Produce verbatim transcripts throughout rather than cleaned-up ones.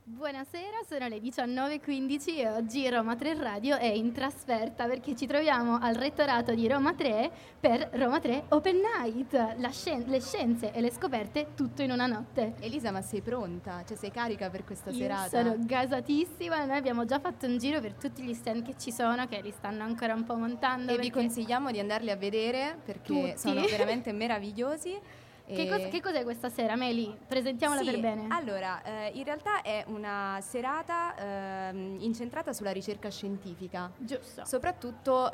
Buonasera, sono le diciannove e quindici e oggi Roma tre Radio è in trasferta perché ci troviamo al rettorato di Roma tre per Roma tre Open Night, la scien- le scienze e le scoperte tutto in una notte. Elisa, ma sei pronta? Cioè sei carica per questa Io serata? sono gasatissima, noi abbiamo già fatto un giro per tutti gli stand che ci sono, che li stanno ancora un po' montando. E vi consigliamo di andarli a vedere perché tutti. sono veramente meravigliosi. Che, cos- che cos'è questa sera, Meli? Presentiamola sì, per bene. Allora, eh, in realtà è una serata ehm, incentrata sulla ricerca scientifica. Giusto. Soprattutto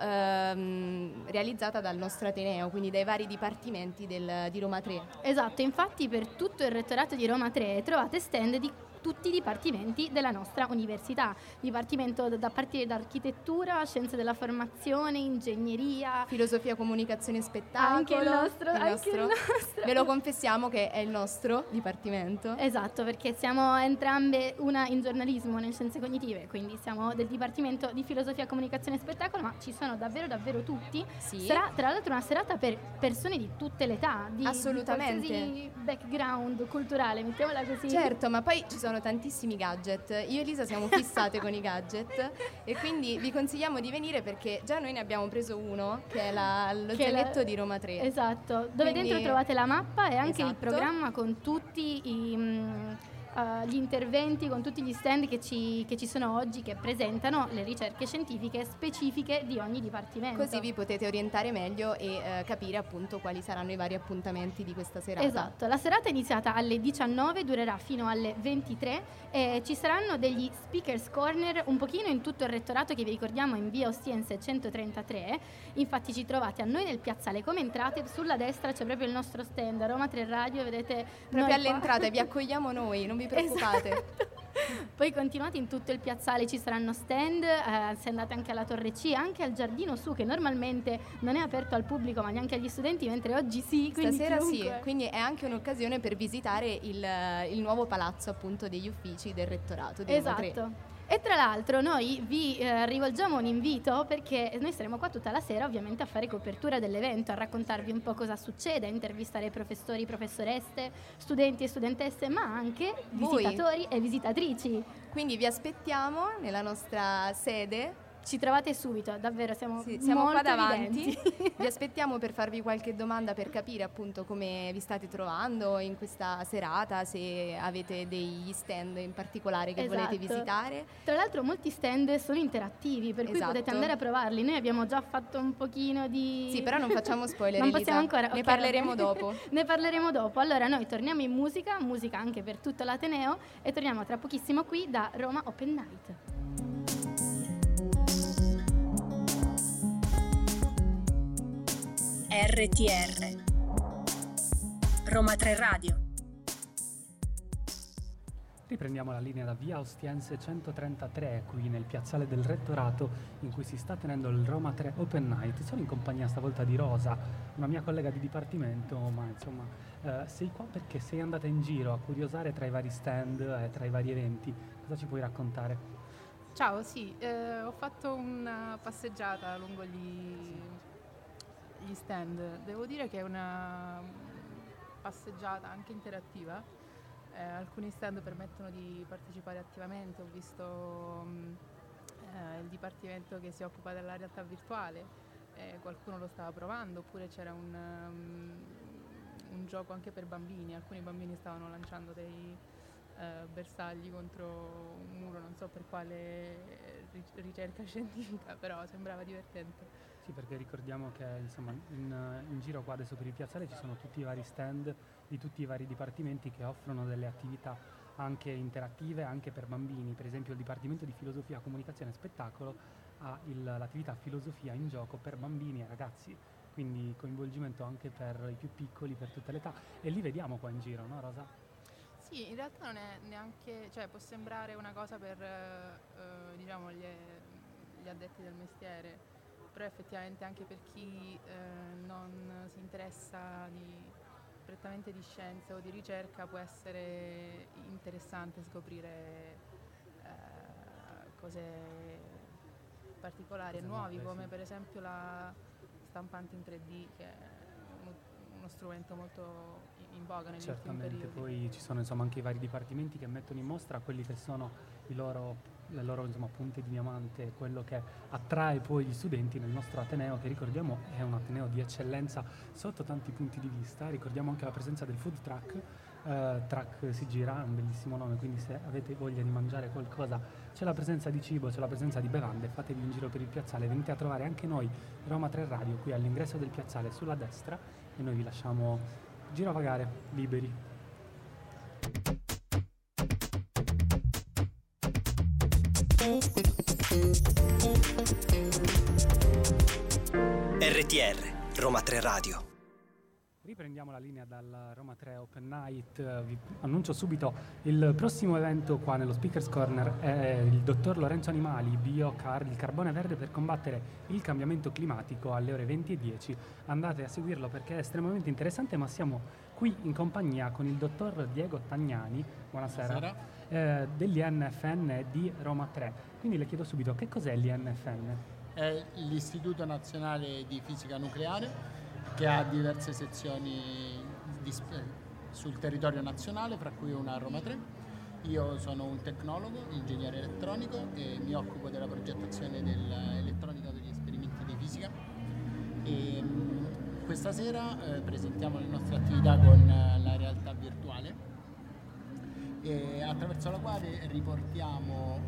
ehm, realizzata dal nostro Ateneo, quindi dai vari dipartimenti del, di Roma tre. Esatto, infatti per tutto il rettorato di Roma tre trovate stand di tutti i dipartimenti della nostra università, dipartimento da, da partire da architettura, scienze della formazione, ingegneria, filosofia, comunicazione e spettacolo. Anche il nostro, il anche nostro. il nostro. Ve lo confessiamo che è il nostro dipartimento. Esatto, perché siamo entrambe una in giornalismo, nelle scienze cognitive, quindi siamo del dipartimento di filosofia, comunicazione e spettacolo, ma ci sono davvero davvero tutti. Sì. Sarà tra l'altro una serata per persone di tutte le età, di, assolutamente, di qualsiasi background culturale, mettiamola così. Certo, ma poi ci sono tantissimi gadget. Io e Elisa siamo fissate con i gadget e quindi vi consigliamo di venire perché già noi ne abbiamo preso uno che è la, lo Che zainetto la... di Roma tre. Esatto, dove quindi... dentro trovate la mappa e anche esatto. il programma con tutti i... Mm, Uh, gli interventi, con tutti gli stand che ci, che ci sono oggi, che presentano le ricerche scientifiche specifiche di ogni dipartimento. Così vi potete orientare meglio e uh, capire appunto quali saranno i vari appuntamenti di questa serata. Esatto, la serata è iniziata alle diciannove, durerà fino alle ventitré e ci saranno degli speakers corner un pochino in tutto il rettorato, che vi ricordiamo in via Ostiense centotrentatré. Infatti ci trovate a noi nel piazzale, come entrate sulla destra c'è proprio il nostro stand Roma tre Radio, vedete proprio all'entrata, vi accogliamo noi, non vi preoccupate. Esatto. Poi continuate in tutto il piazzale, ci saranno stand, eh, se andate anche alla Torre C, anche al giardino su, che normalmente non è aperto al pubblico ma neanche agli studenti, mentre oggi sì. Stasera chiunque... sì, quindi è anche un'occasione per visitare il, il nuovo palazzo appunto degli uffici del rettorato di Roma tre. Esatto. E tra l'altro noi vi eh, rivolgiamo un invito, perché noi saremo qua tutta la sera ovviamente a fare copertura dell'evento, a raccontarvi un po' cosa succede, a intervistare professori, professoresse, studenti e studentesse, ma anche Voi. visitatori e visitatrici. Quindi vi aspettiamo nella nostra sede. Ci trovate subito, davvero, siamo, sì, siamo molto qua davanti. evidenti. Vi aspettiamo per farvi qualche domanda, per capire appunto come vi state trovando in questa serata, se avete degli stand in particolare che esatto. volete visitare. Tra l'altro molti stand sono interattivi, per esatto. cui potete andare a provarli. Noi abbiamo già fatto un pochino di... Sì, però non facciamo spoiler, non Elisa. possiamo ancora. Ne okay, parleremo vabbè. dopo. Ne parleremo dopo. Allora noi torniamo in musica, musica anche per tutto l'Ateneo, e torniamo tra pochissimo qui da Roma Open Night. R T R Roma tre Radio. Riprendiamo la linea da via Ostiense centotrentatré, qui nel piazzale del rettorato in cui si sta tenendo il Roma tre Open Night. Sono in compagnia stavolta di Rosa, una mia collega di dipartimento, ma insomma eh, sei qua perché sei andata in giro a curiosare tra i vari stand e tra i vari eventi. Cosa ci puoi raccontare? Ciao, sì, eh, ho fatto una passeggiata lungo gli, gli stand. Devo dire che è una passeggiata anche interattiva. Eh, alcuni stand permettono di partecipare attivamente. Ho visto mh, eh, il dipartimento che si occupa della realtà virtuale, eh, qualcuno lo stava provando, oppure c'era un, um, un gioco anche per bambini. Alcuni bambini stavano lanciando dei Uh, bersagli contro un muro, non so per quale ricerca scientifica, però sembrava divertente. Sì, perché ricordiamo che insomma in, in giro qua adesso per il piazzale ci sono tutti i vari stand di tutti i vari dipartimenti che offrono delle attività anche interattive, anche per bambini. Per esempio il Dipartimento di Filosofia, Comunicazione e Spettacolo ha il, l'attività Filosofia in gioco per bambini e ragazzi, quindi coinvolgimento anche per i più piccoli, per tutte le età, e li vediamo qua in giro, no Rosa? Sì, in realtà non è neanche, cioè può sembrare una cosa per eh, diciamo gli, gli addetti del mestiere, però effettivamente anche per chi eh, non si interessa di, prettamente di scienza o di ricerca può essere interessante scoprire eh, cose particolari e nuovi, come per esempio la stampante in tre D, che è uno strumento molto in voga negli Certamente, ultimi periodi. poi ci sono insomma anche i vari dipartimenti che mettono in mostra quelli che sono i loro, le loro insomma, punte di diamante, quello che attrae poi gli studenti nel nostro Ateneo, che ricordiamo è un Ateneo di eccellenza sotto tanti punti di vista. Ricordiamo anche la presenza del food truck. Uh, Track si gira, è un bellissimo nome, quindi se avete voglia di mangiare qualcosa, c'è la presenza di cibo, c'è la presenza di bevande, fatevi un giro per il piazzale, venite a trovare anche noi Roma tre Radio qui all'ingresso del piazzale sulla destra e noi vi lasciamo girovagare liberi. R T R Roma tre Radio. Riprendiamo la linea dal Roma tre Open Night. Vi annuncio subito il prossimo evento qua nello Speakers Corner è il dottor Lorenzo Animali, Biocar, il carbone verde per combattere il cambiamento climatico alle ore venti e dieci. Andate a seguirlo perché è estremamente interessante, ma siamo qui in compagnia con il dottor Diego Tagnani, buonasera, buonasera. Eh, dell'I N F N di Roma tre. Quindi le chiedo subito, che cos'è l'I N F N? È l'Istituto Nazionale di Fisica Nucleare, che ha diverse sezioni di, sul territorio nazionale, fra cui una a Roma tre. Io sono un tecnologo, ingegnere elettronico e mi occupo della progettazione dell'elettronica degli esperimenti di fisica. E, mh, questa sera eh, presentiamo le nostre attività con eh, la realtà virtuale, e attraverso la quale riportiamo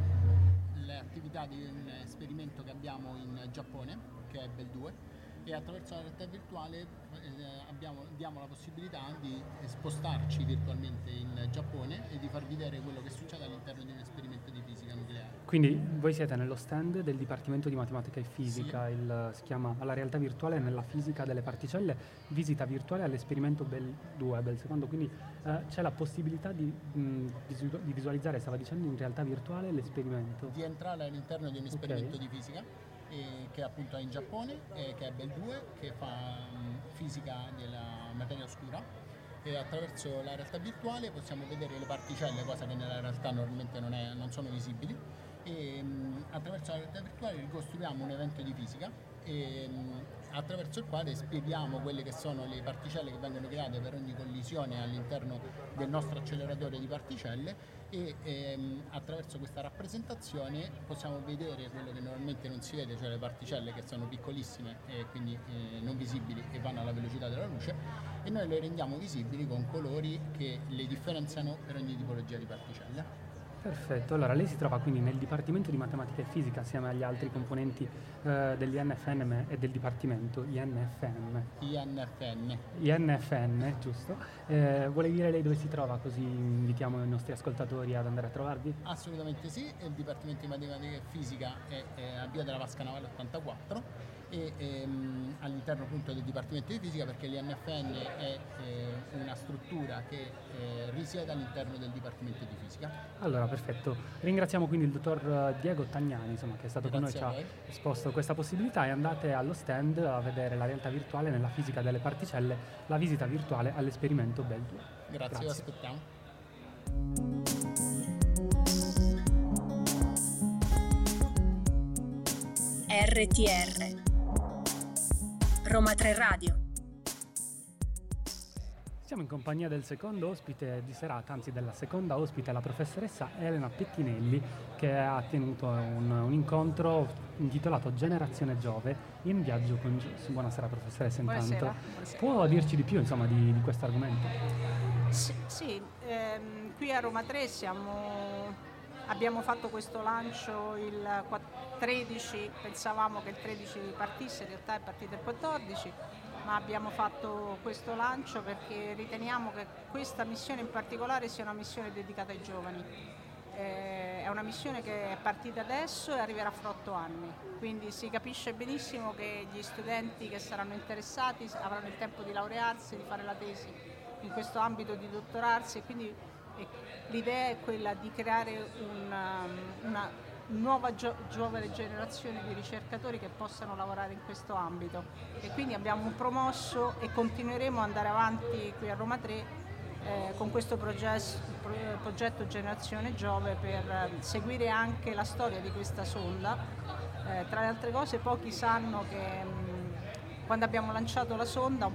le attività di un esperimento che abbiamo in Giappone, che è Bell due, e attraverso la realtà virtuale eh, abbiamo, diamo la possibilità di spostarci virtualmente in Giappone e di far vedere quello che succede all'interno di un esperimento di fisica nucleare. Quindi voi siete nello stand del Dipartimento di Matematica e Fisica, Sì. il, si chiama alla realtà virtuale nella fisica delle particelle, visita virtuale all'esperimento Bell due, Bell secondo, quindi eh, c'è la possibilità di, mh, di visualizzare, stava dicendo, in realtà virtuale l'esperimento. Di entrare all'interno di un esperimento Okay. di fisica eh, che appunto è in Giappone, eh, che è Bell due, che fa mh, fisica della materia oscura, e attraverso la realtà virtuale possiamo vedere le particelle, cosa che nella realtà normalmente non, è, non sono visibili, e mh, attraverso la realtà virtuale ricostruiamo un evento di fisica e, mh, attraverso il quale spieghiamo quelle che sono le particelle che vengono create per ogni collisione all'interno del nostro acceleratore di particelle, e ehm, attraverso questa rappresentazione possiamo vedere quello che normalmente non si vede, cioè le particelle che sono piccolissime e quindi eh, non visibili e vanno alla velocità della luce, e noi le rendiamo visibili con colori che le differenziano per ogni tipologia di particelle. Perfetto, allora lei si trova quindi nel Dipartimento di Matematica e Fisica assieme agli altri componenti eh, dell'I N F N e del Dipartimento I N F N. I N F N. I N F N, giusto. Eh, vuole dire lei dove si trova, così invitiamo i nostri ascoltatori ad andare a trovarvi? Assolutamente sì, il Dipartimento di Matematica e Fisica è, è a Via della Vasca Navale ottantaquattro e ehm, all'interno appunto del Dipartimento di Fisica, perché l'I N F N è eh, una struttura che eh, risiede all'interno del Dipartimento di Fisica. Allora, perfetto. Ringraziamo quindi il dottor Diego Tagnani, insomma, che è stato Grazie con a noi, ci voi. ha esposto questa possibilità, e andate allo stand a vedere la realtà virtuale nella fisica delle particelle, la visita virtuale all'esperimento Bell due. Grazie, vi aspettiamo. R T R Roma tre Radio. Siamo in compagnia del secondo ospite di serata, anzi della seconda ospite, la professoressa Elena Pettinelli, che ha tenuto un, un incontro intitolato Generazione Giove in viaggio con Gius. Buonasera professoressa, intanto. Buonasera, buonasera. Può dirci di più, insomma, di, di questo argomento? Sì, sì, ehm, qui a Roma tre siamo, abbiamo fatto questo lancio il tredici, pensavamo che il tredici partisse, in realtà è partito il quattordici, ma abbiamo fatto questo lancio perché riteniamo che questa missione in particolare sia una missione dedicata ai giovani. Eh, è una missione che è partita adesso e arriverà fra otto anni, quindi si capisce benissimo che gli studenti che saranno interessati avranno il tempo di laurearsi, di fare la tesi in questo ambito, di dottorarsi, e quindi eh, l'idea è quella di creare una, una nuova gio- giovane generazione di ricercatori che possano lavorare in questo ambito, e quindi abbiamo promosso e continueremo ad andare avanti qui a Roma tre eh, con questo progetto, pro- progetto Generazione Giove, per eh, seguire anche la storia di questa sonda. Eh, tra le altre cose, pochi sanno che mh, quando abbiamo lanciato la sonda un po'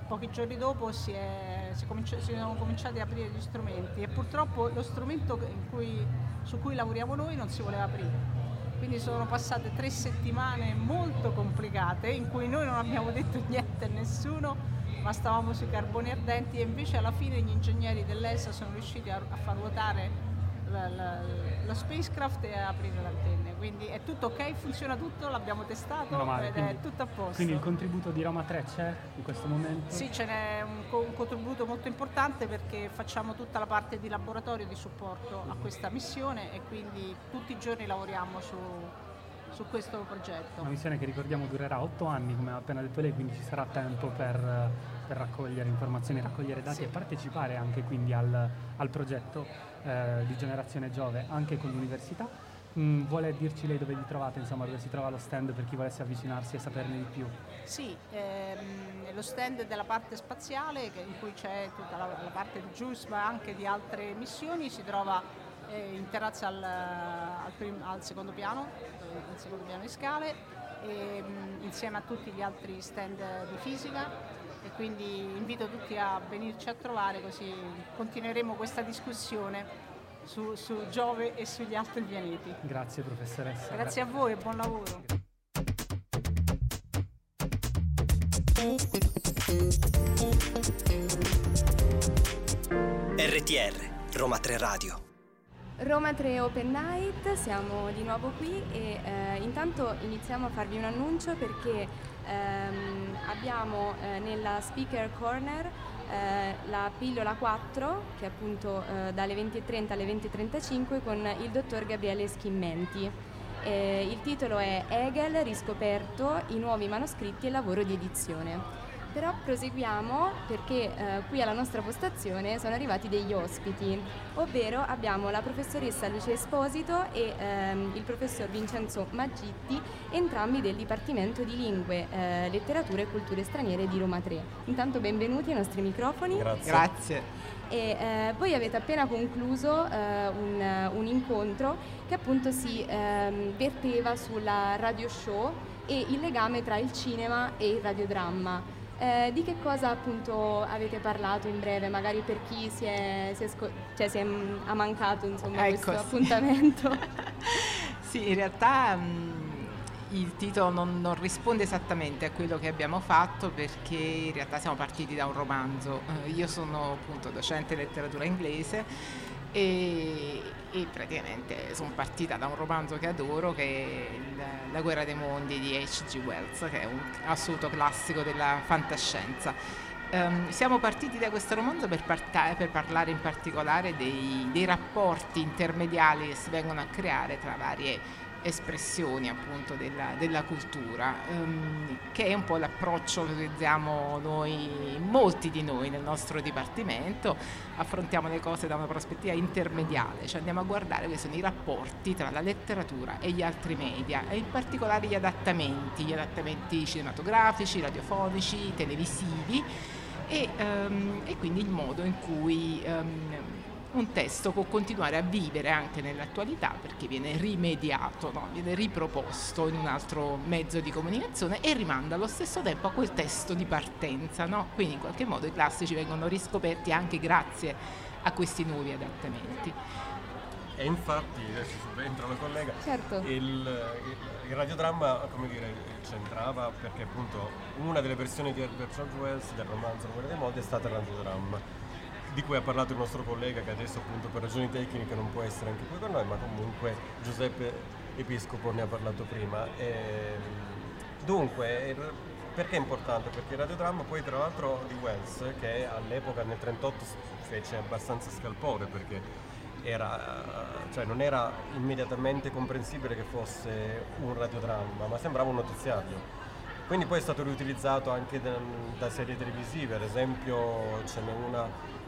pochi giorni dopo si, è, si, cominci- si sono cominciati a aprire gli strumenti e purtroppo lo strumento in cui, su cui lavoriamo noi non si voleva aprire. Quindi sono passate tre settimane molto complicate in cui noi non abbiamo detto niente a nessuno, ma stavamo sui carboni ardenti, e invece alla fine gli ingegneri dell'E S A sono riusciti a, a far ruotare la, la, lo spacecraft e a aprire le antenne. Quindi è tutto ok, funziona tutto, l'abbiamo testato male, ed quindi, è tutto a posto. Quindi il contributo di Roma tre c'è in questo momento? Sì, ce n'è un, co- un contributo molto importante perché facciamo tutta la parte di laboratorio di supporto a questa missione e quindi tutti i giorni lavoriamo su, su questo progetto. Una missione che ricordiamo durerà otto anni, come ha appena detto lei, quindi ci sarà tempo per, per raccogliere informazioni, raccogliere dati Sì. e partecipare anche quindi al, al progetto eh, di Generazione Giove anche con l'università. Mm, vuole dirci lei dove vi trovate, insomma, dove si trova lo stand per chi volesse avvicinarsi e saperne di più? Sì, ehm, lo stand della parte spaziale che, in cui c'è tutta la, la parte di JUICE ma anche di altre missioni, si trova eh, in terrazza al, al, prim- al secondo piano, eh, al secondo piano di scale, e, mh, insieme a tutti gli altri stand di fisica, e quindi invito tutti a venirci a trovare, così continueremo questa discussione Su, su Giove e sugli altri pianeti. Grazie professoressa. Grazie a voi e buon lavoro. R T R, Roma tre Radio. Roma tre Open Night, siamo di nuovo qui e eh, intanto iniziamo a farvi un annuncio perché ehm, abbiamo eh, nella Speaker Corner eh, la pillola quattro, che è appunto eh, dalle venti e trenta alle venti e trentacinque con il dottor Gabriele Schimmenti. Eh, il titolo è Hegel, riscoperto, i nuovi manoscritti e il lavoro di edizione. Però proseguiamo perché eh, qui alla nostra postazione sono arrivati degli ospiti, ovvero abbiamo la professoressa Lucia Esposito e ehm, il professor Vincenzo Maggitti, entrambi del Dipartimento di Lingue, eh, Letterature e Culture Straniere di Roma tre. Intanto benvenuti ai nostri microfoni. Grazie. Grazie. E eh, voi avete appena concluso eh, un, un incontro che appunto si ehm, verteva sulla radio show e il legame tra il cinema e il radiodramma. Eh, di che cosa appunto avete parlato in breve, magari per chi si è, si è, sco- cioè, si è m- ha mancato insomma Ecco, questo sì. appuntamento? Sì, in realtà mh, il titolo non, non risponde esattamente a quello che abbiamo fatto, perché in realtà siamo partiti da un romanzo. Eh, io sono appunto docente di letteratura inglese e, e praticamente sono partita da un romanzo che adoro, che è il, La guerra dei mondi di H G Wells, che è un assoluto classico della fantascienza. Um, siamo partiti da questo romanzo per, parta- per parlare in particolare dei, dei rapporti intermediali che si vengono a creare tra varie espressioni appunto della, della cultura, um, che è un po' l'approccio che utilizziamo noi, molti di noi nel nostro dipartimento. Affrontiamo le cose da una prospettiva intermediale, cioè andiamo a guardare quali sono i rapporti tra la letteratura e gli altri media, e in particolare gli adattamenti, gli adattamenti cinematografici, radiofonici, televisivi, e, um, e quindi il modo in cui um, un testo può continuare a vivere anche nell'attualità, perché viene rimediato, no? Viene riproposto in un altro mezzo di comunicazione e rimanda allo stesso tempo a quel testo di partenza, no? Quindi in qualche modo i classici vengono riscoperti anche grazie a questi nuovi adattamenti. E infatti, adesso subentra la collega, Certo. il, il, il radiodramma, come dire, c'entrava perché appunto una delle versioni di Herbert George Wells del romanzo La guerra dei mondi è stata il radiodramma, di cui ha parlato il nostro collega, che adesso appunto per ragioni tecniche non può essere anche qui con noi, ma comunque Giuseppe Episcopo ne ha parlato prima. E, dunque, perché è importante? Perché il radiodramma poi tra l'altro di Wells, che all'epoca nel trentotto fece abbastanza scalpore, perché era, cioè non era immediatamente comprensibile che fosse un radiodramma, ma sembrava un notiziario. Quindi poi è stato riutilizzato anche da, da serie televisive, ad esempio ce n'è una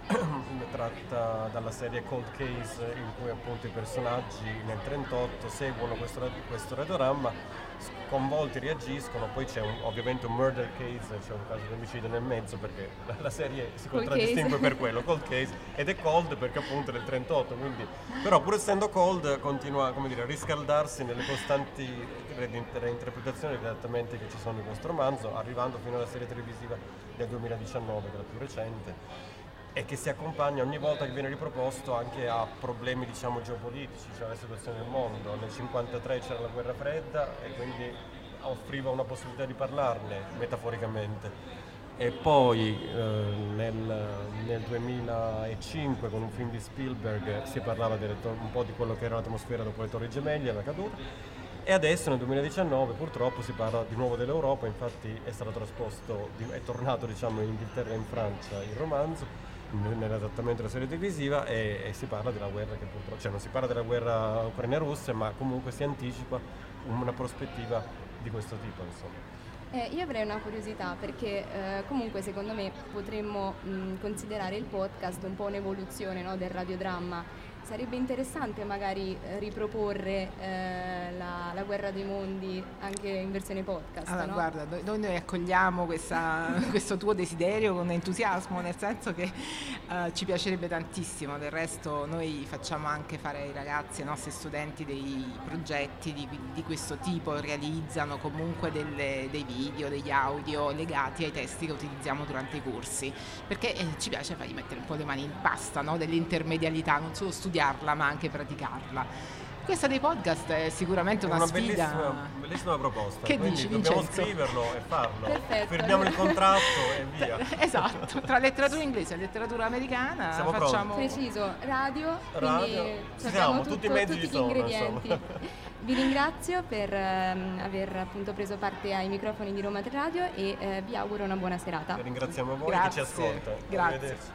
tratta dalla serie Cold Case, in cui appunto i personaggi nel trentotto seguono questo, questo radiodramma, sconvolti reagiscono, poi c'è un, ovviamente un murder case, c'è un caso di omicidio nel mezzo, perché la, la serie si Cold contraddistingue case. per quello, Cold Case, ed è cold perché appunto è del trentotto, quindi, però pur essendo cold continua, come dire, a riscaldarsi nelle costanti reinterpretazioni e adattamenti che ci sono in questo romanzo, arrivando fino alla serie televisiva del duemiladiciannove, che è la più recente, e che si accompagna ogni volta che viene riproposto anche a problemi, diciamo, geopolitici, cioè la situazione del mondo. Nel cinquantatré c'era la guerra fredda e quindi offriva una possibilità di parlarne, metaforicamente. E poi eh, nel, nel duemilacinque con un film di Spielberg si parlava delle, un po' di quello che era l'atmosfera dopo le Torri Gemelle, la caduta. E adesso nel duemiladiciannove purtroppo si parla di nuovo dell'Europa, infatti è stato trasposto, è tornato, diciamo, in Inghilterra e in Francia il romanzo, nell'adattamento della serie televisiva, e, e si parla della guerra che purtroppo, cioè non si parla della guerra ucraina-russa, ma comunque si anticipa una prospettiva di questo tipo, insomma. Eh, io avrei una curiosità perché eh, comunque secondo me potremmo mh, considerare il podcast un po' un'evoluzione, no, del radiodramma. Sarebbe interessante magari eh, riproporre eh, la, la Guerra dei Mondi anche in versione podcast. Allora, no? guarda, noi, noi accogliamo questa, questo tuo desiderio con entusiasmo, nel senso che uh, ci piacerebbe tantissimo. Del resto noi facciamo anche fare ai ragazzi, ai nostri studenti, dei progetti di, di questo tipo, realizzano comunque delle, dei video, degli audio legati ai testi che utilizziamo durante i corsi, perché eh, ci piace fargli mettere un po' le mani in pasta, no? Dell'intermedialità, non solo studiarla ma anche praticarla. Questa dei podcast è sicuramente una, una sfida. Bellissima, bellissima proposta. Che quindi dici, dobbiamo Vincenzo? scriverlo e farlo. Perfetto. Firmiamo il contratto e via. Esatto, tra letteratura inglese e letteratura americana Siamo facciamo Preciso, radio, Radio. quindi Ci abbiamo siamo, tutto, tutti i mezzi tutti ci gli sono, ingredienti. insomma. Vi ringrazio per ehm, aver appunto preso parte ai microfoni di Roma tre Radio e eh, vi auguro una buona serata. E ringraziamo voi Grazie. che ci ascolta. Grazie. Arrivederci.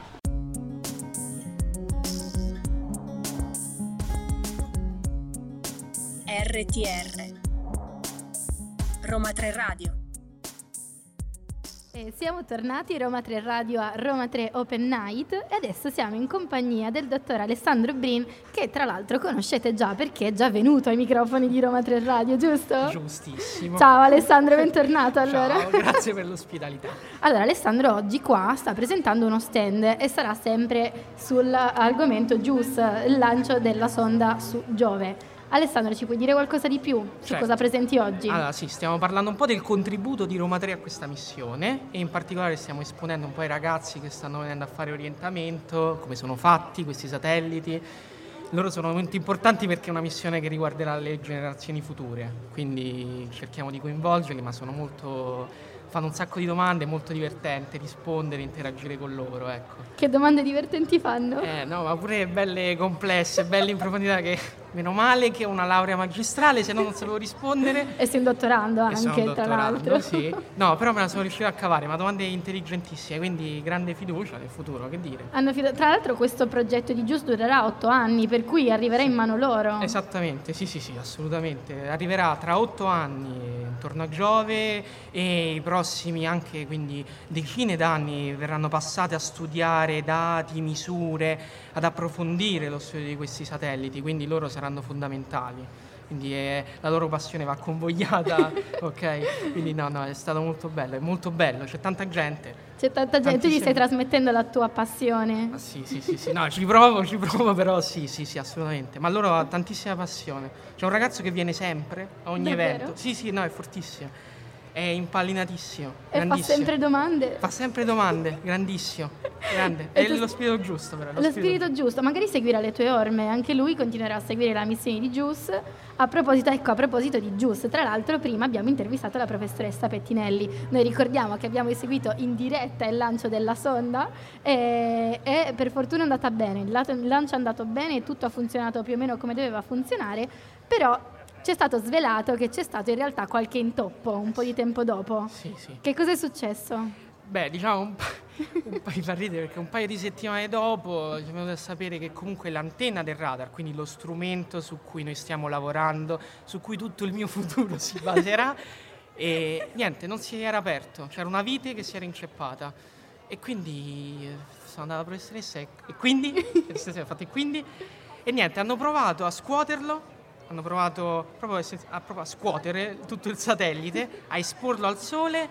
R T R Roma tre Radio. E siamo tornati Roma tre Radio a Roma tre Open Night e adesso siamo in compagnia del dottor Alessandro Brin, che tra l'altro conoscete già perché è già venuto ai microfoni di Roma tre Radio, giusto? Giustissimo. Ciao Alessandro, bentornato allora. Ciao, grazie per l'ospitalità. Allora Alessandro oggi qua sta presentando uno stand e sarà sempre sull'argomento JUICE, il lancio della sonda su Giove. Alessandro, ci puoi dire qualcosa di più su Certo. cosa presenti oggi? Allora sì, stiamo parlando un po' del contributo di Roma tre a questa missione e in particolare stiamo esponendo un po' ai ragazzi che stanno venendo a fare orientamento, come sono fatti questi satelliti. Loro sono molto importanti perché è una missione che riguarderà le generazioni future, quindi cerchiamo di coinvolgerli, ma sono molto... fanno un sacco di domande, è molto divertente rispondere, interagire con loro, ecco. Che domande divertenti fanno? Eh no, ma pure belle complesse, belle in profondità, che meno male che ho una laurea magistrale, se no non sapevo rispondere. E sei un dottorando E sono anche, un tra dottorando, l'altro. sì. No, però me la sono riuscito a cavare, ma domande intelligentissime, quindi grande fiducia nel futuro, che dire. Hanno fida- tra l'altro questo progetto di JUICE durerà otto anni, per cui arriverà in mano loro. Esattamente, sì, sì, sì, assolutamente. Arriverà tra otto anni intorno a Giove e i prossimi anche, quindi decine d'anni verranno passate a studiare dati, misure, ad approfondire lo studio di questi satelliti, quindi loro saranno fondamentali. Quindi è, la loro passione va convogliata, ok? Quindi no, no, è stato molto bello, è molto bello, c'è tanta gente. C'è tanta gente, tu gli Tantissimi- stai trasmettendo la tua passione. Ah, sì, sì, sì, sì, no, ci provo, ci provo, però sì, sì, sì, assolutamente. Ma loro hanno tantissima passione. C'è un ragazzo che viene sempre a ogni Davvero? evento. Sì, sì, no, è fortissimo. È impallinatissimo, E fa grandissimo. sempre domande. Fa sempre domande, grandissimo, grande. E È tu- lo spirito giusto, però. Lo spirito giusto, magari seguirà le tue orme, anche lui continuerà a seguire la missione di JUICE. A proposito, ecco, a proposito di JUICE, tra l'altro prima abbiamo intervistato la professoressa Pettinelli. Noi ricordiamo che abbiamo eseguito in diretta il lancio della sonda e, e per fortuna è andata bene, il, lato- il lancio è andato bene e tutto ha funzionato più o meno come doveva funzionare, però c'è stato svelato che c'è stato in realtà qualche intoppo un po' di tempo dopo. Sì, sì. Che cosa è successo? Beh, diciamo un, pa- un paio, fa ridere perché un paio di settimane dopo ci è venuto a sapere che comunque l'antenna del radar, quindi lo strumento su cui noi stiamo lavorando, su cui tutto il mio futuro si baserà, e niente, non si era aperto, c'era una vite che si era inceppata. E quindi sono andata alla professoressa e, e quindi, ha fatto e quindi, e niente, hanno provato a scuoterlo, hanno provato proprio a, proprio a scuotere tutto il satellite, a esporlo al sole,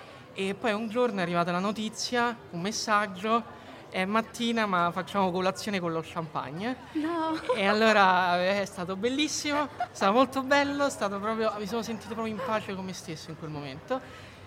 e poi un giorno è arrivata la notizia, un messaggio, è mattina ma facciamo colazione con lo champagne. No. E allora è stato bellissimo, è stato molto bello, è stato proprio, mi sono sentito proprio in pace con me stesso in quel momento.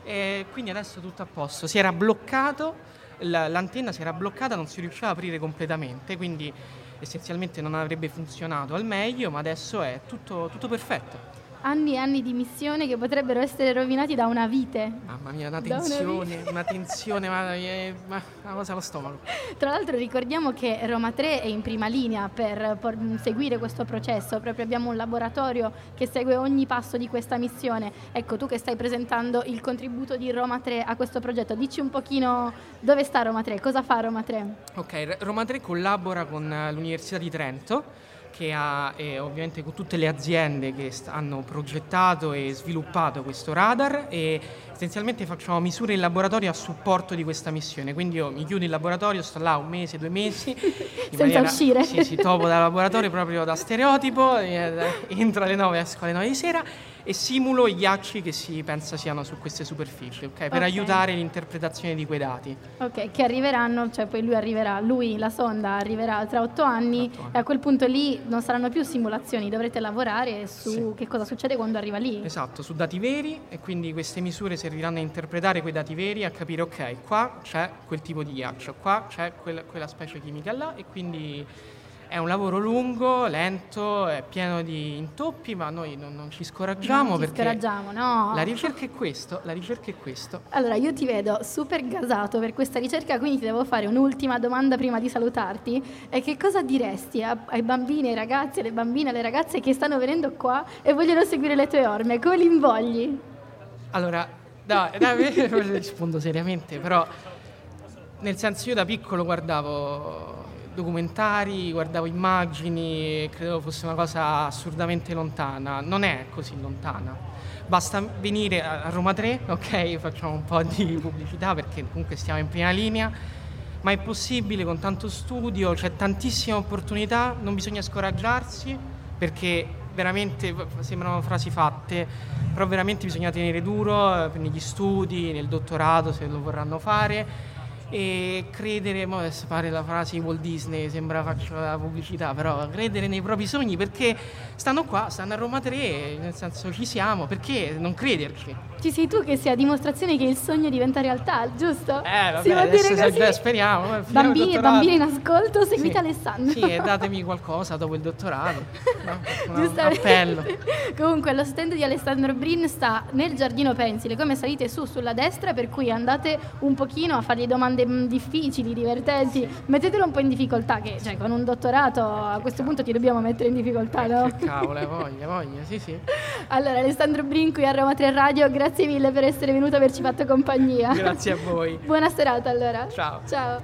E quindi adesso tutto a posto. Si era bloccato, l'antenna si era bloccata, non si riusciva a aprire completamente, quindi essenzialmente non avrebbe funzionato al meglio, ma adesso è tutto, tutto perfetto. Anni e anni di missione che potrebbero essere rovinati da una vite. Mamma mia, una Da una tensione, vite. una tensione, ma, eh, ma una cosa allo stomaco. Tra l'altro ricordiamo che Roma tre è in prima linea per, per seguire questo processo, proprio abbiamo un laboratorio che segue ogni passo di questa missione. Ecco, tu che stai presentando il contributo di Roma tre a questo progetto, dici un pochino dove sta Roma tre, cosa fa Roma tre? Ok, Roma tre collabora con l'Università di Trento, che ha eh, ovviamente con tutte le aziende che st- hanno progettato e sviluppato questo radar, e essenzialmente facciamo misure in laboratorio a supporto di questa missione. Quindi io mi chiudo in laboratorio, sto là un mese, due mesi in Senza maniera, uscire. sì, sì, topo dal laboratorio proprio da stereotipo, eh, entro alle nove, esco alle nove di sera e simulo i ghiacci che si pensa siano su queste superfici, ok? Per Ok. aiutare l'interpretazione di quei dati. Ok, che arriveranno, cioè poi lui arriverà, lui, la sonda, arriverà tra otto anni, Otto anni. e a quel punto lì non saranno più simulazioni, dovrete lavorare su Sì. che cosa succede quando arriva lì. Esatto, su dati veri, e quindi queste misure serviranno a interpretare quei dati veri, a capire ok, qua c'è quel tipo di ghiaccio, qua c'è quel- quella specie chimica là, e quindi è un lavoro lungo, lento, è pieno di intoppi, ma noi non, non ci scoraggiamo, Non ci perché scoraggiamo, no. la ricerca è questo, la ricerca è questo. Allora, io ti vedo super gasato per questa ricerca, quindi ti devo fare un'ultima domanda prima di salutarti. E che cosa diresti a- ai bambini, ai ragazzi, alle bambine, alle ragazze che stanno venendo qua e vogliono seguire le tue orme? Come li invogli? Allora, no, dai, rispondo seriamente, però nel senso, io da piccolo guardavo documentari, guardavo immagini e credevo fosse una cosa assurdamente lontana. Non è così lontana. Basta venire a a Roma tre, ok? Facciamo un po' di pubblicità perché comunque stiamo in prima linea, ma è possibile con tanto studio, c'è tantissima opportunità, non bisogna scoraggiarsi, perché veramente sembrano frasi fatte, però veramente bisogna tenere duro eh, negli studi, nel dottorato se lo vorranno fare, e credere, mo adesso fare la frase di Walt Disney, sembra faccio la pubblicità, però credere nei propri sogni, perché stanno qua, stanno a Roma tre, nel senso ci siamo, perché non crederci? Ci sei tu che sia dimostrazione che il sogno diventa realtà, giusto? Eh vabbè, Si può adesso dire se- così? beh, speriamo. eh, finiamo il Bambini e dottorato. bambine in ascolto, seguite Sì. Alessandro. Sì, e datemi qualcosa dopo il dottorato. No? Un Giustamente. appello. Comunque lo stand di Alessandro Brin sta nel giardino pensile, come salite su sulla destra, per cui andate un pochino a fargli domande mh, difficili, divertenti, mettetelo un po' in difficoltà, che cioè con un dottorato a questo punto ti dobbiamo mettere in difficoltà, no? Che cavolo, hai voglia, voglia, sì sì. Allora, Alessandro Brin qui a Roma tre Radio, grazie mille per essere venuto a averci fatto compagnia. Grazie a voi. Buona serata allora. Ciao. Ciao.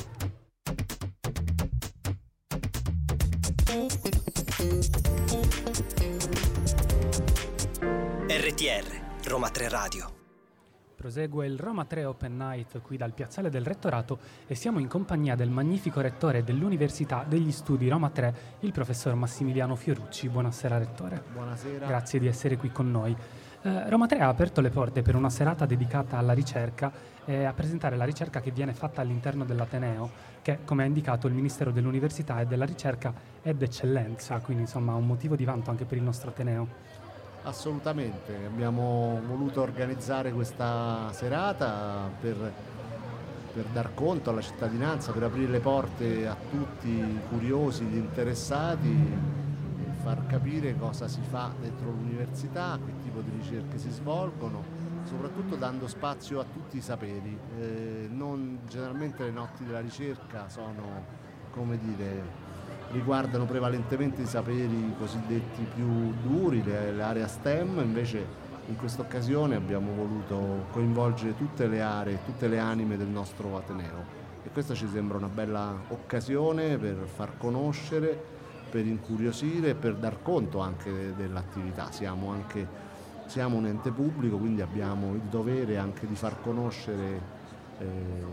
R T R, Roma tre Radio. Prosegue il Roma tre Open Night qui dal Piazzale del Rettorato e siamo in compagnia del magnifico rettore dell'Università degli Studi Roma tre, il professor Massimiliano Fiorucci. Buonasera rettore. Buonasera. Grazie di essere qui con noi. Eh, Roma tre ha aperto le porte per una serata dedicata alla ricerca e a presentare la ricerca che viene fatta all'interno dell'Ateneo, che come ha indicato il Ministero dell'Università e della Ricerca è d'eccellenza, quindi insomma un motivo di vanto anche per il nostro Ateneo. Assolutamente, abbiamo voluto organizzare questa serata per, per dar conto alla cittadinanza, per aprire le porte a tutti i curiosi, gli interessati, far capire cosa si fa dentro l'università, che tipo di ricerche si svolgono, soprattutto dando spazio a tutti i saperi. Eh, non, generalmente le notti della ricerca sono, come dire, riguardano prevalentemente i saperi cosiddetti più duri, le, le aree STEM, invece in questa occasione abbiamo voluto coinvolgere tutte le aree, tutte le anime del nostro Ateneo, e questa ci sembra una bella occasione per far conoscere, per incuriosire e per dar conto anche dell'attività. Siamo anche siamo un ente pubblico, quindi abbiamo il dovere anche di far conoscere eh,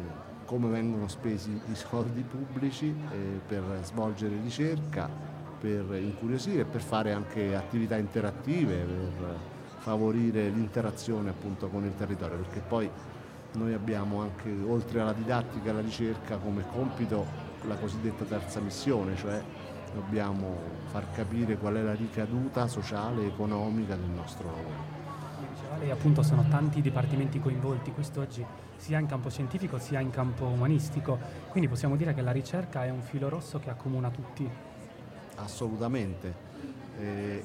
come vengono spesi i soldi pubblici eh, per svolgere ricerca, per incuriosire e per fare anche attività interattive, per favorire l'interazione appunto con il territorio, perché poi noi abbiamo anche, oltre alla didattica e alla ricerca, come compito la cosiddetta terza missione, cioè dobbiamo far capire qual è la ricaduta sociale e economica del nostro lavoro. Diceva lei, appunto, sono tanti dipartimenti coinvolti quest'oggi, sia in campo scientifico sia in campo umanistico, quindi possiamo dire che la ricerca è un filo rosso che accomuna tutti. Assolutamente. Eh,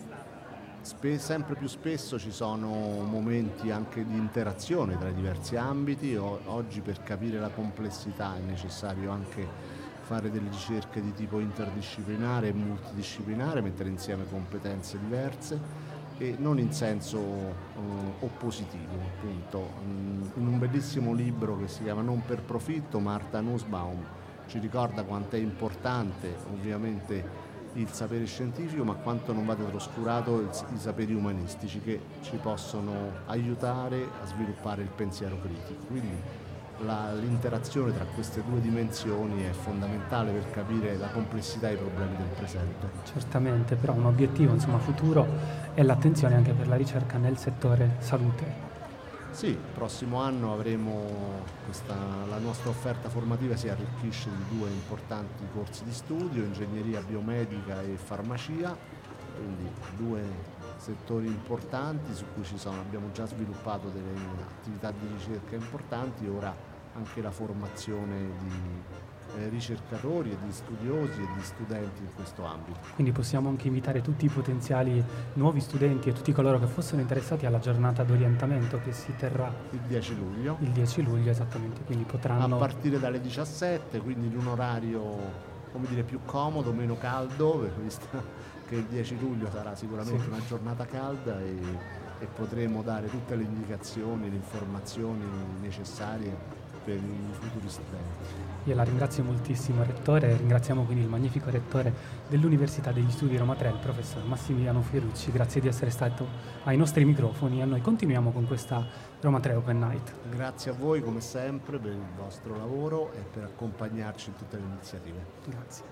spe- sempre più spesso ci sono momenti anche di interazione tra i diversi ambiti. O- oggi per capire la complessità è necessario anche fare delle ricerche di tipo interdisciplinare e multidisciplinare, mettere insieme competenze diverse e non in senso uh, oppositivo, appunto. Mm, in un bellissimo libro che si chiama Non per profitto, Martha Nussbaum ci ricorda quanto è importante ovviamente il sapere scientifico, ma quanto non vada trascurato il, i saperi umanistici che ci possono aiutare a sviluppare il pensiero critico. Quindi la, l'interazione tra queste due dimensioni è fondamentale per capire la complessità dei problemi del presente. Certamente, però un obiettivo, insomma, futuro è l'attenzione anche per la ricerca nel settore salute. Sì, il prossimo anno avremo questa, la nostra offerta formativa si arricchisce di due importanti corsi di studio, ingegneria biomedica e farmacia, quindi due settori importanti su cui ci sono, abbiamo già sviluppato delle attività di ricerca importanti, ora anche la formazione di eh, ricercatori e di studiosi e di studenti in questo ambito. Quindi possiamo anche invitare tutti i potenziali nuovi studenti e tutti coloro che fossero interessati alla giornata d'orientamento che si terrà il dieci luglio. Il dieci luglio, esattamente, quindi potranno... A partire dalle diciassette, quindi in un orario, come dire, più comodo, meno caldo, per visto che il dieci luglio sarà sicuramente sì. una giornata calda e, e potremo dare tutte le indicazioni, le informazioni necessarie per i futuri studenti. Io la ringrazio moltissimo, Rettore, ringraziamo quindi il magnifico Rettore dell'Università degli Studi Roma tre, il professor Massimiliano Fierucci, grazie di essere stato ai nostri microfoni e noi continuiamo con questa Roma tre Open Night. Grazie a voi come sempre per il vostro lavoro e per accompagnarci in tutte le iniziative. Grazie.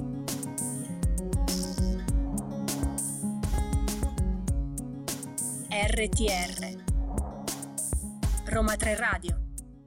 R T R Roma tre Radio.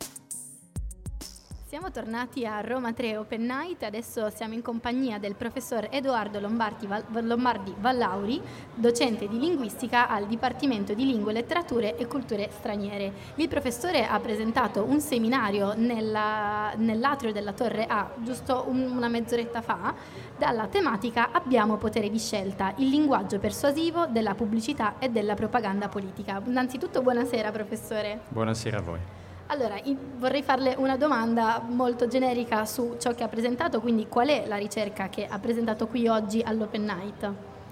Siamo tornati a Roma tre Open Night, adesso siamo in compagnia del professor Edoardo Lombardi, Val- Lombardi Vallauri, docente di linguistica al Dipartimento di Lingue, Letterature e Culture Straniere. Il professore ha presentato un seminario nella, nell'atrio della Torre A giusto un, una mezz'oretta fa, dalla tematica Abbiamo potere di scelta, il linguaggio persuasivo della pubblicità e della propaganda politica. Innanzitutto buonasera professore. Buonasera a voi. Allora, vorrei farle una domanda molto generica su ciò che ha presentato, quindi qual è la ricerca che ha presentato qui oggi all'Open Night?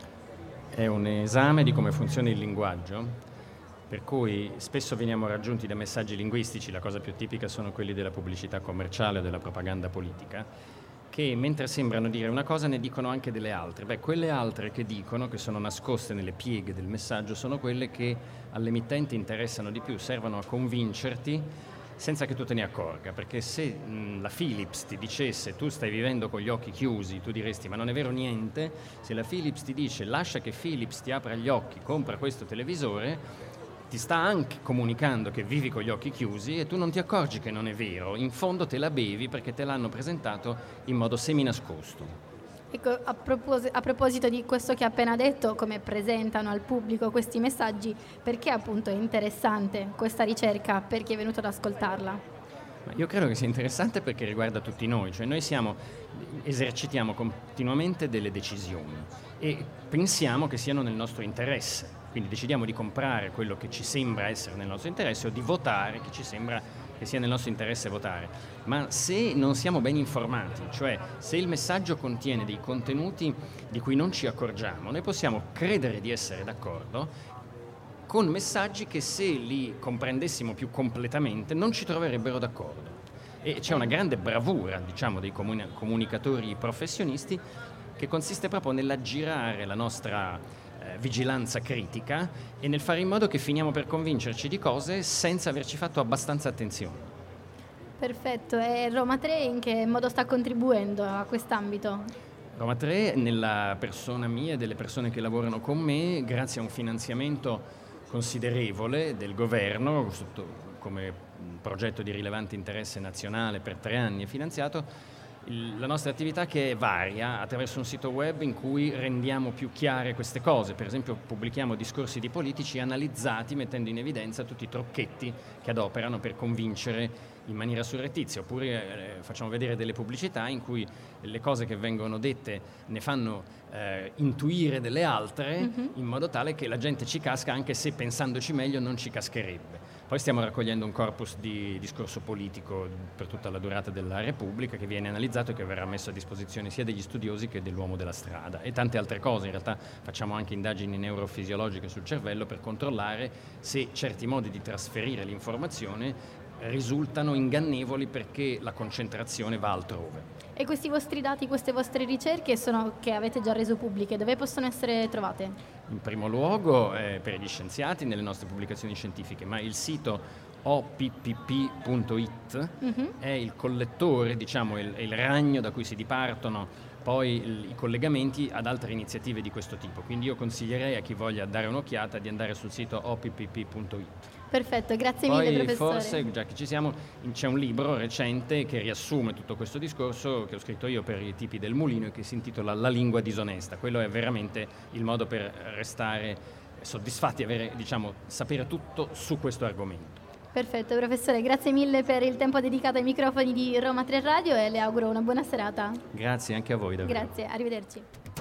È un esame di come funziona il linguaggio, per cui spesso veniamo raggiunti da messaggi linguistici, la cosa più tipica sono quelli della pubblicità commerciale o della propaganda politica, che mentre sembrano dire una cosa ne dicono anche delle altre. Beh, quelle altre che dicono, che sono nascoste nelle pieghe del messaggio, sono quelle che all'emittente interessano di più, servono a convincerti senza che tu te ne accorga, perché se mh, la Philips ti dicesse tu stai vivendo con gli occhi chiusi, tu diresti ma non è vero niente. Se la Philips ti dice lascia che Philips ti apra gli occhi, compra questo televisore, ti sta anche comunicando che vivi con gli occhi chiusi e tu non ti accorgi che non è vero, in fondo te la bevi perché te l'hanno presentato in modo seminascosto. Ecco, a, propos- a proposito di questo che ha appena detto, come presentano al pubblico questi messaggi, perché appunto è interessante questa ricerca per chi è venuto ad ascoltarla? Ma io credo che sia interessante perché riguarda tutti noi, cioè noi siamo, esercitiamo continuamente delle decisioni e pensiamo che siano nel nostro interesse. Quindi decidiamo di comprare quello che ci sembra essere nel nostro interesse o di votare che ci sembra che sia nel nostro interesse votare. Ma se non siamo ben informati, cioè se il messaggio contiene dei contenuti di cui non ci accorgiamo, noi possiamo credere di essere d'accordo con messaggi che se li comprendessimo più completamente non ci troverebbero d'accordo. E c'è una grande bravura, diciamo, dei comuni- comunicatori professionisti che consiste proprio nell'aggirare la nostra vigilanza critica e nel fare in modo che finiamo per convincerci di cose senza averci fatto abbastanza attenzione. Perfetto, e Roma tre in che modo sta contribuendo a quest'ambito? Roma tre, nella persona mia e delle persone che lavorano con me, grazie a un finanziamento considerevole del governo, sotto, come progetto di rilevante interesse nazionale per tre anni è finanziato, il, la nostra attività che varia attraverso un sito web in cui rendiamo più chiare queste cose. Per esempio pubblichiamo discorsi di politici analizzati mettendo in evidenza tutti i trucchetti che adoperano per convincere in maniera surrettizia, oppure eh, facciamo vedere delle pubblicità in cui le cose che vengono dette ne fanno eh, intuire delle altre, mm-hmm. in modo tale che la gente ci casca anche se pensandoci meglio non ci cascherebbe. Poi stiamo raccogliendo un corpus di discorso politico per tutta la durata della Repubblica che viene analizzato e che verrà messo a disposizione sia degli studiosi che dell'uomo della strada, e tante altre cose. In realtà facciamo anche indagini neurofisiologiche sul cervello per controllare se certi modi di trasferire l'informazione risultano ingannevoli perché la concentrazione va altrove. E questi vostri dati, queste vostre ricerche sono, che avete già reso pubbliche, dove possono essere trovate? In primo luogo eh, per gli scienziati nelle nostre pubblicazioni scientifiche, ma il sito o p p p punto i t mm-hmm. è il collettore, diciamo, il, il ragno da cui si dipartono poi il, i collegamenti ad altre iniziative di questo tipo. Quindi io consiglierei a chi voglia dare un'occhiata di andare sul sito o p p p punto i t. Perfetto, grazie Poi mille professore. Forse, già che ci siamo, c'è un libro recente che riassume tutto questo discorso che ho scritto io per i tipi del mulino e che si intitola La lingua disonesta. Quello è veramente il modo per restare soddisfatti, avere, diciamo, sapere tutto su questo argomento. Perfetto, professore, grazie mille per il tempo dedicato ai microfoni di Roma tre Radio e le auguro una buona serata. Grazie anche a voi, davvero. Grazie, arrivederci.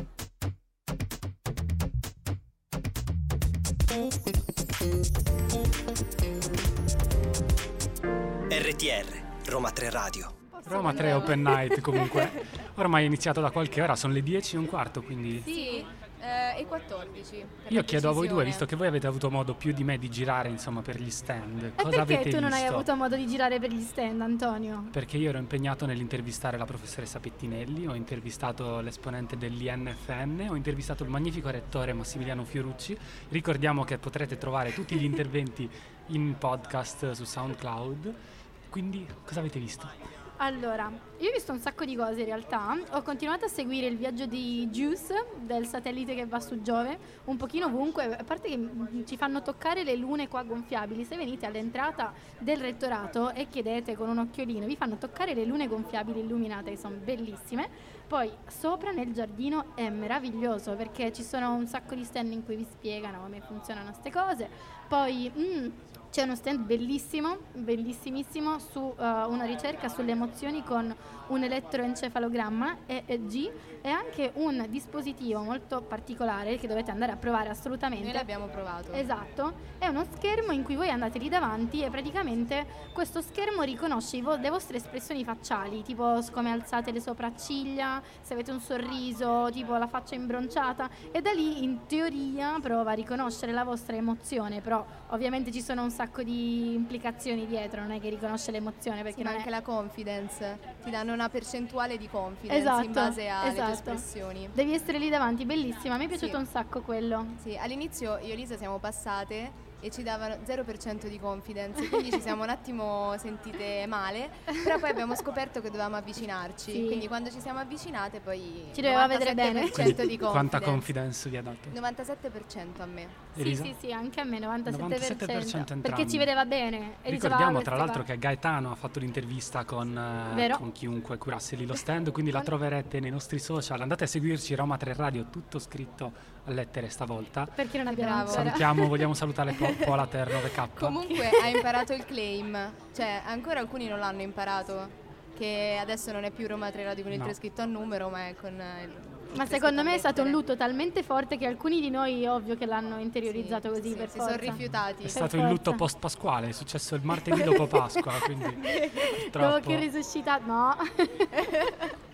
R T R, Roma tre Radio. Roma tre Open Night comunque, ormai è iniziato da qualche ora, sono le dieci e un quarto, quindi... Sì, eh, e quattordici. Io chiedo a voi due, visto che voi avete avuto modo più di me di girare, insomma, per gli stand, e cosa avete perché tu non visto? hai avuto modo di girare per gli stand, Antonio? Perché io ero impegnato nell'intervistare la professoressa Pettinelli, ho intervistato l'esponente dell'I N F N, ho intervistato il magnifico rettore Massimiliano Fiorucci. Ricordiamo che potrete trovare tutti gli interventi in podcast su SoundCloud. Quindi cosa avete visto? Allora, io ho visto un sacco di cose in realtà, ho continuato a seguire il viaggio di JUICE, del satellite che va su Giove, un pochino ovunque, a parte che ci fanno toccare le lune qua gonfiabili. Se venite all'entrata del rettorato e chiedete con un occhiolino, vi fanno toccare le lune gonfiabili illuminate, che sono bellissime. Poi sopra nel giardino è meraviglioso perché ci sono un sacco di stand in cui vi spiegano come funzionano queste cose. Poi mm, c'è uno stand bellissimo, bellissimissimo, su uh, una ricerca sulle emozioni con un elettroencefalogramma E E G e anche un dispositivo molto particolare che dovete andare a provare assolutamente. Noi l'abbiamo provato. Esatto, è uno schermo in cui voi andate lì davanti e praticamente questo schermo riconosce vo- le vostre espressioni facciali, tipo come alzate le sopracciglia, se avete un sorriso, tipo la faccia imbronciata, e da lì in teoria prova a riconoscere la vostra emozione, però ovviamente ci sono un sacco di implicazioni dietro, non è che riconosce l'emozione, perché sì, non ma anche è... la confidence, ti danno una percentuale di confidence esatto, in base alle esatto. tue espressioni. Devi essere lì davanti, bellissima, mi è piaciuto sì. un sacco quello. Sì, all'inizio io e Lisa siamo passate e ci davano zero per cento di confidence, quindi ci siamo un attimo sentite male, però poi abbiamo scoperto che dovevamo avvicinarci, sì. quindi quando ci siamo avvicinate poi ci doveva vedere bene. di confidence. Quanta confidence vi ha dato? novantasette per cento a me. Sì, sì, sì, anche a me novantasette per cento, novantasette per cento perché ci vedeva bene e ricordiamo diceva, tra l'altro che Gaetano ha fatto l'intervista con, eh, con chiunque curasse lì lo stand, quindi la troverete nei nostri social. Andate a seguirci, Roma tre Radio, tutto scritto a lettere stavolta, perché non abbiamo Bravo. salutiamo, vogliamo salutare po- Polater nove K. Comunque ha imparato il claim, cioè ancora alcuni non l'hanno imparato, che adesso non è più Roma tre Radio con il no. tre scritto a numero, ma è con il ma secondo me è stato un lutto talmente forte che alcuni di noi ovvio che l'hanno interiorizzato sì, così sì, per si forza. sono rifiutati. È stato il lutto post pasquale, è successo il martedì dopo Pasqua, quindi dopo che risuscitato no.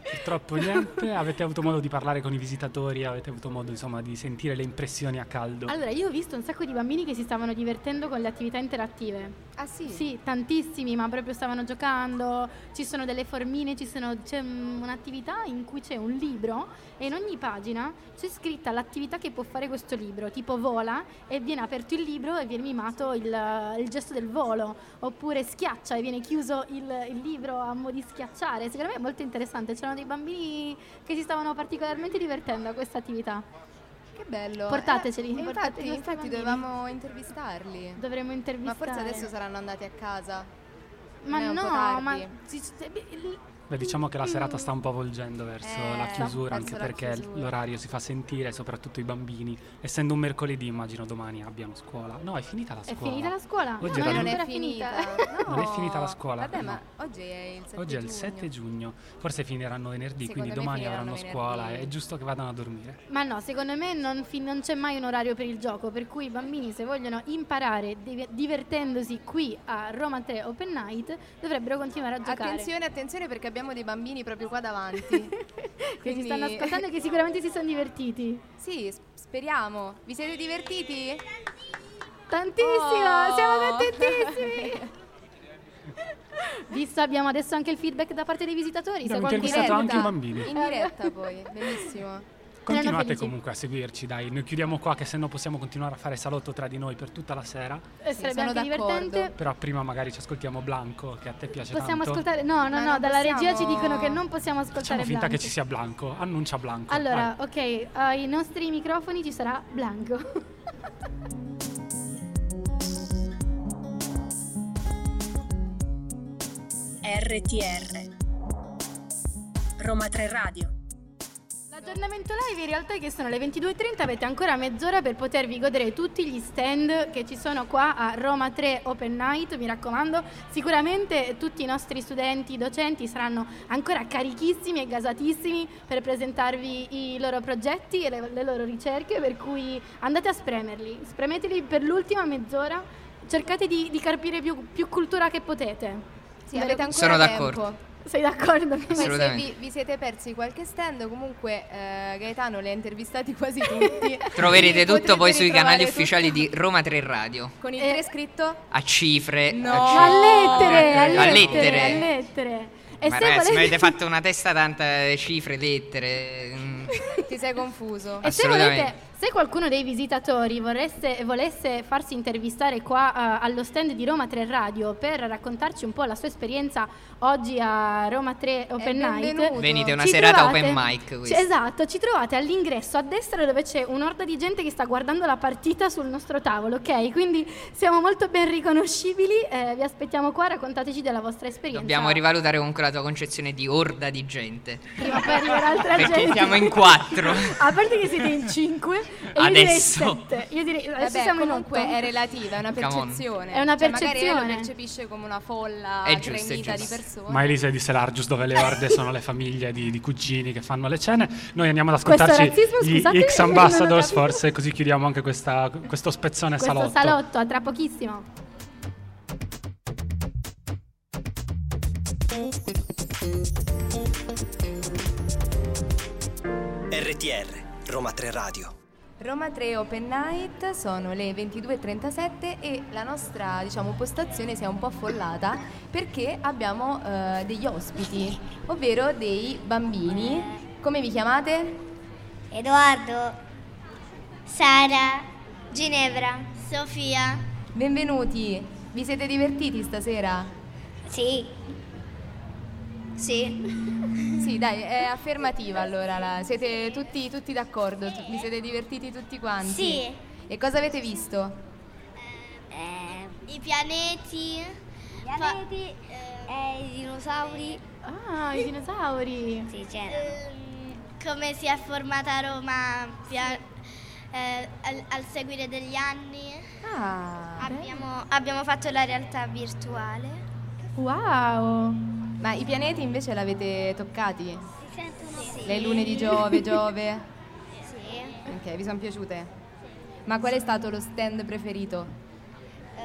Purtroppo niente. Avete avuto modo di parlare con i visitatori? Avete avuto modo, insomma, di sentire le impressioni a caldo? Allora, io ho visto un sacco di bambini che si stavano divertendo con le attività interattive. Ah sì? Sì, tantissimi, ma proprio stavano giocando. Ci sono delle formine, ci sono, c'è mm, un'attività in cui c'è un libro e in ogni pagina c'è scritta l'attività che può fare questo libro, tipo vola e viene aperto il libro e viene mimato il, il gesto del volo, oppure schiaccia e viene chiuso il, il libro a mo' di schiacciare. Secondo me è molto interessante, c'erano dei bambini che si stavano particolarmente divertendo a questa attività. Che bello. Portateceli, Eh, portate infatti, questi infatti bambini. dovevamo intervistarli. Dovremmo Ma intervistare. forse adesso saranno andati a casa. Ma Non è un po' no, tardi? ma ci- ci- beh, il- Beh, diciamo che la serata sta un po' volgendo verso Eh, la chiusura, verso anche la perché chiusura. l'orario si fa sentire, soprattutto i bambini. Essendo un mercoledì, immagino domani abbiano scuola. No, è finita la È scuola. finita la scuola? Oggi No, è non la- è ancora finita. Non è finita la scuola. Vabbè, no. ma oggi è il sette Oggi è il giugno. sette giugno. Forse finiranno venerdì, Secondo quindi me domani finiranno avranno venerdì. scuola. È giusto che vadano a dormire. Ma no, secondo me non, fin- non c'è mai un orario per il gioco, per cui i bambini, se vogliono imparare div- divertendosi qui a Roma tre Open Night, dovrebbero continuare a giocare. Attenzione, attenzione, perché abbiamo dei bambini proprio qua davanti. Che ci stanno ascoltando e che sicuramente si sono divertiti. Sì, s- speriamo. Vi siete divertiti? Tantissimo, Oh. siamo contentissimi. Visto, abbiamo adesso anche il feedback da parte dei visitatori. Abbiamo qualcuno- intervistato anche i bambini. In diretta poi, bellissimo. Continuate felici. comunque a seguirci, dai. Noi chiudiamo qua, che se no possiamo continuare a fare salotto tra di noi per tutta la sera. Eh, sarebbe sono anche d'accordo. divertente. Però prima magari ci ascoltiamo Blanco, che a te piace Possiamo tanto. ascoltare? No, no, Ma no, non dalla regia ci possiamo- dicono che non possiamo ascoltare Facciamo finta Blanco. che ci sia Blanco. Annuncia Blanco. Allora, vai. ok, ai nostri microfoni ci sarà Blanco. R T R Roma tre Radio. L'aggiornamento live in realtà è che sono le ventidue e trenta, avete ancora mezz'ora per potervi godere tutti gli stand che ci sono qua a Roma tre Open Night, mi raccomando. Sicuramente tutti i nostri studenti, docenti saranno ancora carichissimi e gasatissimi per presentarvi i loro progetti e le, le loro ricerche, per cui andate a spremerli, spremeteli per l'ultima mezz'ora, cercate di, di carpire più, più cultura che potete. Sì, avete ancora Sono tempo. d'accordo. Sei d'accordo? Poi se Assolutamente. vi, vi siete persi qualche stand, comunque eh, Gaetano li ha intervistati quasi tutti. Troverete Quindi tutto poi potrete sui canali ritrovare ufficiali tutto di Roma tre Radio. con il Eh. tre scritto A cifre. No. a A cifre. lettere, a A lettere, lettere. a lettere. E Ma se ragazzi, volete- mi avete fatto una testa tanta cifre, lettere. mm. ti sei confuso. E se Assolutamente. volete, se qualcuno dei visitatori vorreste, volesse farsi intervistare qua eh, allo stand di Roma tre Radio per raccontarci un po' la sua esperienza oggi a Roma tre Open Night, benvenuto. Venite una ci serata trovate- open mic ci- questa. esatto, ci trovate all'ingresso a destra dove c'è un'orda di gente che sta guardando la partita sul nostro tavolo, ok? Quindi siamo molto ben riconoscibili, eh, vi aspettiamo qua, raccontateci della vostra esperienza. Dobbiamo rivalutare comunque la tua concezione di orda di gente. Prima poi arriverà altra Perché gente. siamo in quattro. A parte che siete in cinque e io Adesso. direi sette. Io direi adesso Vabbè, siamo in comunque otto. è relativa, è una Come on. percezione. È una Cioè, magari lei percezione. lo percepisce come una folla È giusto, è gremita di giusto. persone. Ma Elisa è di Selargius, dove le orde sono le famiglie di, di cugini che fanno le cene. Noi andiamo ad Questo ascoltarci razzismo, gli scusate? X Non ho Ambassadors, capito. forse, così chiudiamo anche questa- questo spezzone Questo salotto. salotto, a tra pochissimo. R T R Roma tre Radio. Roma tre Open Night, sono le ventidue e trentasette e la nostra, diciamo, postazione si è un po' affollata perché abbiamo eh, degli ospiti, ovvero dei bambini. Come vi chiamate? Edoardo, Sara, Ginevra, Sofia. Benvenuti. Vi siete divertiti stasera? Sì. Sì. Sì, dai, è affermativa allora. la- Siete tutti, tutti d'accordo? Tu- Vi siete divertiti tutti quanti? Sì. E cosa avete visto? I pianeti. Pianeti. i dinosauri. Ah, i dinosauri. Sì, c'erano. come si è formata Roma pia- eh, al, al seguire degli anni. Ah, abbiamo, abbiamo fatto la realtà virtuale. Wow. Ma i pianeti invece l'avete toccati? Si sentono sì. Le lune di Giove, Giove? Sì. Ok, vi sono piaciute? Ma qual è stato lo stand preferito?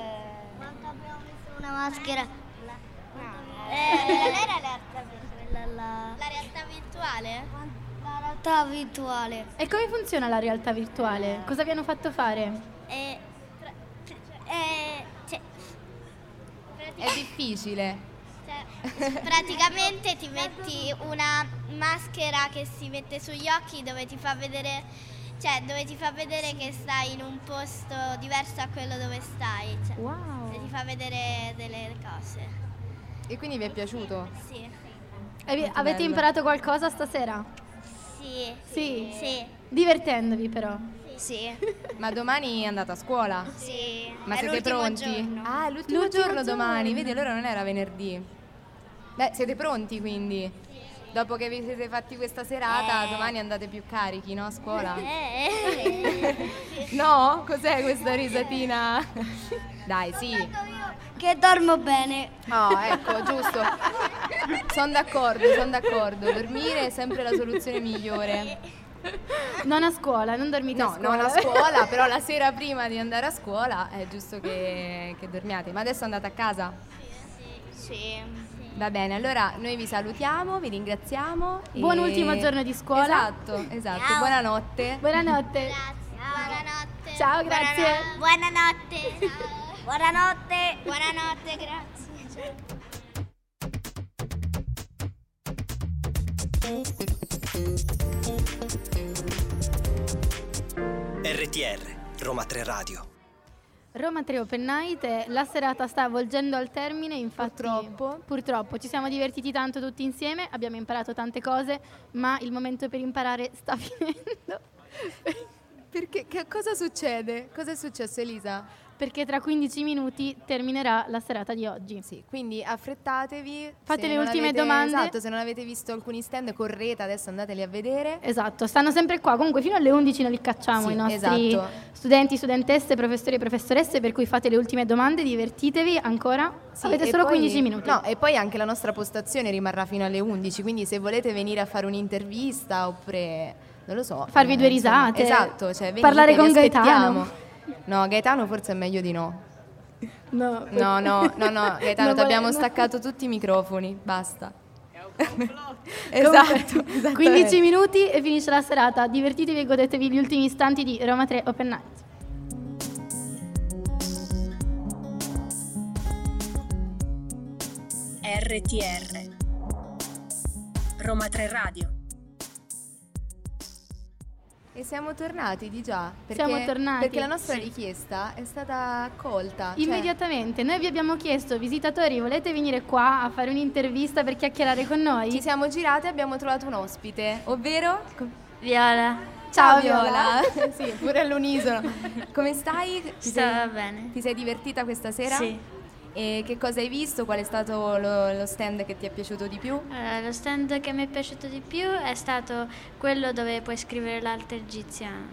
Quando abbiamo messo una maschera. No. Eh, non era realtà virtuale, La, la realtà virtuale? La realtà virtuale. E come funziona la realtà virtuale? Cosa vi hanno fatto fare? E, e, cioè, È difficile. Cioè, praticamente ti metti una maschera che si mette sugli occhi dove ti fa vedere, cioè dove ti fa vedere che stai in un posto diverso a quello dove stai. Cioè, wow. E ti fa vedere delle cose. E quindi vi è piaciuto? Sì. E vi, avete bello. imparato qualcosa stasera? Sì. Sì. Sì. Divertendovi però. Sì. Ma domani andate a scuola? Sì. Ma È siete l'ultimo pronti? giorno. Ah, è l'ultimo, L'ultimo giorno domani, giorno. vedi, allora non era venerdì. Beh, siete pronti quindi? Dopo che vi siete fatti questa serata, Eh. domani andate più carichi, no? A scuola? Eh. No? Cos'è questa risatina? Dai, sì. Che dormo bene. Oh, ecco, giusto. Sono d'accordo, sono d'accordo. Dormire è sempre la soluzione migliore. Non a scuola, non dormite No, a scuola. non a scuola, però la sera prima di andare a scuola è giusto che, che dormiate. Ma adesso andate a casa? Sì. Va bene, allora noi vi salutiamo, vi ringraziamo. Buon e- ultimo giorno di scuola. Esatto, esatto. Ciao. Buonanotte. Buonanotte. Buonanotte. Ciao, grazie. Buonanotte. Buonanotte. Buonanotte, grazie. R T R, Roma tre Radio. Roma tre Open Night, eh, la serata sta volgendo al termine, infatti Purtroppo. purtroppo ci siamo divertiti tanto tutti insieme, abbiamo imparato tante cose, ma il momento per imparare sta finendo. Perché che cosa succede? Cosa è successo, Elisa? Perché tra quindici minuti terminerà la serata di oggi. Sì, quindi affrettatevi. Fate Se le non ultime avete- domande. Esatto, se non avete visto alcuni stand, correte, adesso andateli a vedere. Esatto, stanno sempre qua, comunque fino alle undici non li cacciamo Sì, i nostri esatto. studenti, studentesse, professori e professoresse, per cui fate le ultime domande, divertitevi ancora. Sì, Avete e solo poi- quindici minuti. No, e poi anche la nostra postazione rimarrà fino alle undici, quindi se volete venire a fare un'intervista oppure, non lo so. Farvi eh, due insomma, risate. esatto, cioè venite, Parlare vi con aspettiamo. Gaetano. No, Gaetano forse è meglio di no. No, No, no, no, no, Gaetano, Non ti abbiamo vole- no. staccato tutti i microfoni, basta. Comunque, esatto, esattamente. quindici minuti e finisce la serata. Divertitevi e godetevi gli ultimi istanti di Roma tre Open Night. R T R, Roma tre Radio. E siamo tornati di già, perché, Siamo tornati, perché la nostra sì. richiesta è stata accolta. cioè- Immediatamente, noi vi abbiamo chiesto, visitatori, volete venire qua a fare un'intervista per chiacchierare con noi? Ci siamo girate e abbiamo trovato un ospite, ovvero Viola. Ciao, Ciao, Viola. sì, pure all'unisono. Come stai? Ti Sto sei, bene. Ti sei divertita questa sera? Sì. E che cosa hai visto? Qual è stato lo, lo stand che ti è piaciuto di più? Eh, lo stand che mi è piaciuto di più è stato quello dove puoi scrivere l'arte egiziana.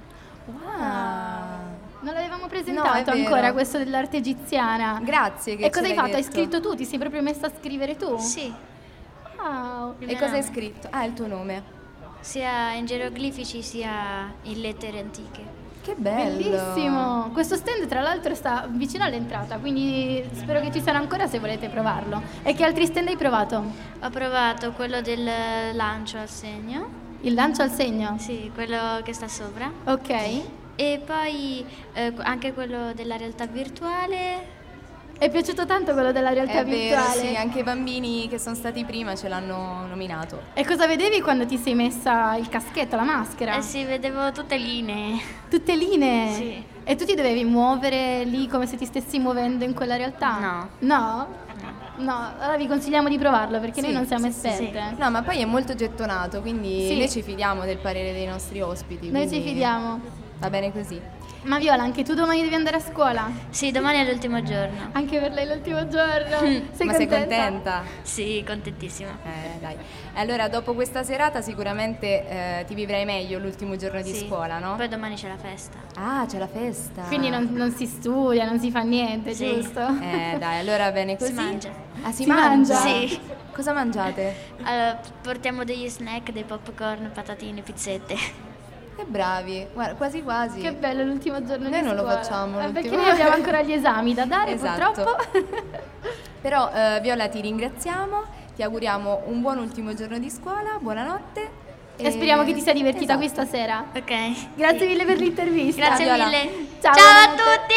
Ah. Non l'avevamo No, è presentato vero. ancora questo dell'arte egiziana. Grazie che E ce cosa hai l'hai fatto? Hai detto. scritto tu? Ti sei proprio messa a scrivere tu? Sì, Wow. E cosa hai scritto? Ah, il tuo nome. sia in geroglifici sia in lettere antiche. Che bello. Bellissimo! Questo stand tra l'altro sta vicino all'entrata, quindi spero che ci sarà ancora se volete provarlo. E che altri stand hai provato? Ho provato quello del lancio al segno. Il lancio al segno? Sì, quello che sta sopra. Ok. E poi eh, anche quello della realtà virtuale. È piaciuto tanto quello della realtà È vero, virtuale? sì, anche i bambini che sono stati prima ce l'hanno nominato. E cosa vedevi quando ti sei messa il caschetto, la maschera? Eh sì, vedevo tutte linee. Tutte linee? Sì. E tu ti dovevi muovere lì come se ti stessi muovendo in quella realtà? No. No? No, allora vi consigliamo di provarlo perché Sì, noi non siamo sì, sì, esperte. sì. No, ma poi è molto gettonato, quindi Sì. noi ci fidiamo del parere dei nostri ospiti. Noi quindi ci fidiamo. Va bene così. Ma Viola, anche tu domani devi andare a scuola? Sì, domani è l'ultimo giorno. Anche per lei è l'ultimo giorno. Sei Ma contenta? sei contenta? Sì, contentissima. Eh, dai. Allora, dopo questa serata sicuramente eh, ti vivrai meglio l'ultimo giorno di Sì. scuola, no? Poi domani c'è la festa. Ah, c'è la festa. Quindi non, non si studia, non si fa niente, Sì. giusto? Eh, dai, allora bene così. Si mangia. Ah, si, Si mangia? mangia? Sì. Cosa mangiate? Allora, portiamo degli snack, dei popcorn, patatine, pizzette. Che bravi, guarda, quasi quasi. Che bello l'ultimo giorno Noi di non lo scuola. facciamo Eh, l'ultimo- perché noi abbiamo ancora gli esami da dare, Esatto. purtroppo. Però eh, Viola ti ringraziamo ti auguriamo un buon ultimo giorno di scuola, buonanotte. E, e speriamo che ti sia divertita esatto. questa sera. Ok. Grazie sì. mille per l'intervista. Grazie Viola. mille. Ciao, Ciao a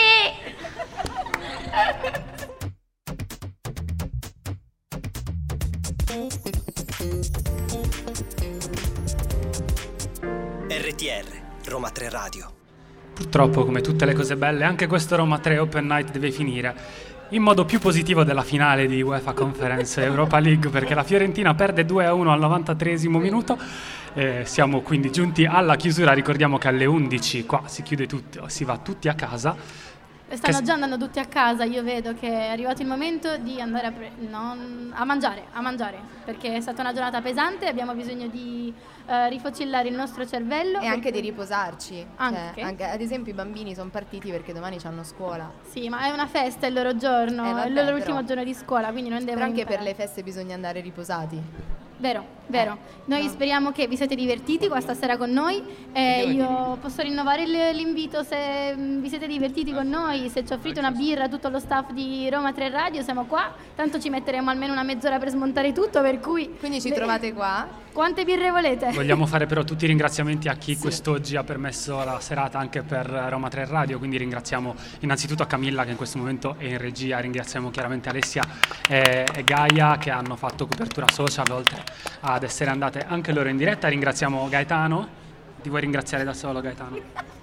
tutti. R T R, Roma tre Radio. Purtroppo, come tutte le cose belle, anche questo Roma tre Open Night deve finire in modo più positivo della finale di UEFA Conference Europa League, perché la Fiorentina perde due a uno al novantatreesimo minuto. Eh, siamo quindi giunti alla chiusura. Ricordiamo che alle undici qua si chiude tutto, si va tutti a casa. Stanno che... già andando tutti a casa, io vedo che è arrivato il momento di andare a, pre- no, a mangiare, a mangiare, perché è stata una giornata pesante, abbiamo bisogno di uh, rifocillare il nostro cervello. E anche di riposarci. Anche. Cioè, anche, ad esempio i bambini sono partiti perché domani hanno scuola. Sì, ma è una festa, è il loro giorno, eh, vabbè, è il loro però, ultimo giorno di scuola, quindi non devono però anche imparare. per le feste bisogna andare riposati. Vero, vero. Eh, noi no. speriamo che vi siete divertiti questa sera con noi. Eh, io posso rinnovare l'invito se vi siete divertiti con noi, se ci offrite una birra, tutto lo staff di Roma tre Radio, siamo qua. Tanto ci metteremo almeno una mezz'ora per smontare tutto, per cui... Quindi ci trovate qua. Quante birre volete? Vogliamo fare però tutti i ringraziamenti a chi sì. quest'oggi ha permesso la serata anche per Roma tre Radio, quindi ringraziamo innanzitutto a Camilla che in questo momento è in regia, ringraziamo chiaramente Alessia e, e Gaia che hanno fatto copertura social oltre ad essere andate anche loro in diretta. Ringraziamo Gaetano, ti vuoi ringraziare da solo Gaetano?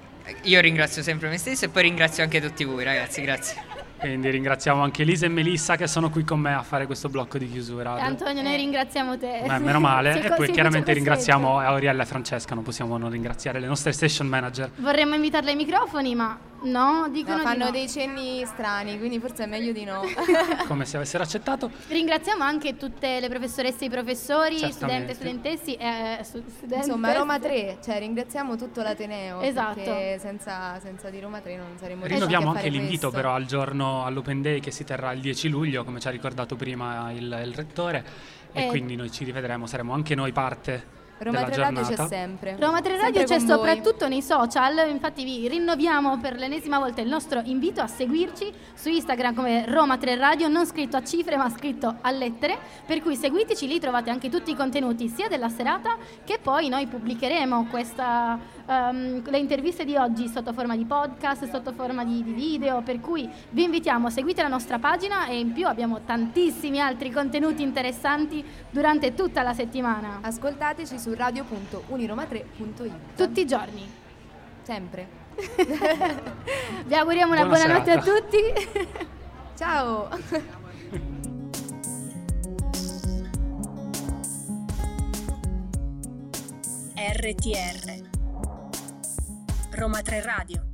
Io ringrazio sempre me stesso e poi ringrazio anche tutti voi ragazzi, grazie. Quindi ringraziamo anche Lisa e Melissa che sono qui con me a fare questo blocco di chiusura. E Antonio, noi ringraziamo te. Beh, meno male. Si e poi chiaramente costretto. ringraziamo Auriella e Francesca, non possiamo non ringraziare le nostre station manager. Vorremmo invitarle ai microfoni, ma no, dicono no, fanno di no. dei cenni strani, quindi forse è meglio di no. Come se avessero accettato. Ringraziamo anche tutte le professoresse e i professori, studenti e studentessi. Eh, studentesse. Insomma, Roma tre, cioè ringraziamo tutto l'Ateneo. Esatto. Perché senza, senza di Roma tre non saremmo riusciti Rinnoviamo a fare anche l'invito questo. però al giorno all'Open Day che si terrà il dieci luglio, come ci ha ricordato prima il, il rettore, e, e quindi noi ci rivedremo, saremo anche noi parte Roma tre Radio giornata. c'è sempre. Roma tre Radio sempre c'è con soprattutto voi. nei social, infatti vi rinnoviamo per l'ennesima volta il nostro invito a seguirci su Instagram come Roma tre Radio, non scritto a cifre ma scritto a lettere, per cui seguiteci, lì trovate anche tutti i contenuti sia della serata che poi noi pubblicheremo questa, um, le interviste di oggi sotto forma di podcast, sotto forma di, di video, per cui vi invitiamo, seguite la nostra pagina e in più abbiamo tantissimi altri contenuti interessanti durante tutta la settimana. Ascoltateci su radio punto uniroma tre punto it. Tutti i giorni. Sempre. Vi auguriamo una buona buonanotte serata. a tutti. Ciao. R T R Roma tre Radio.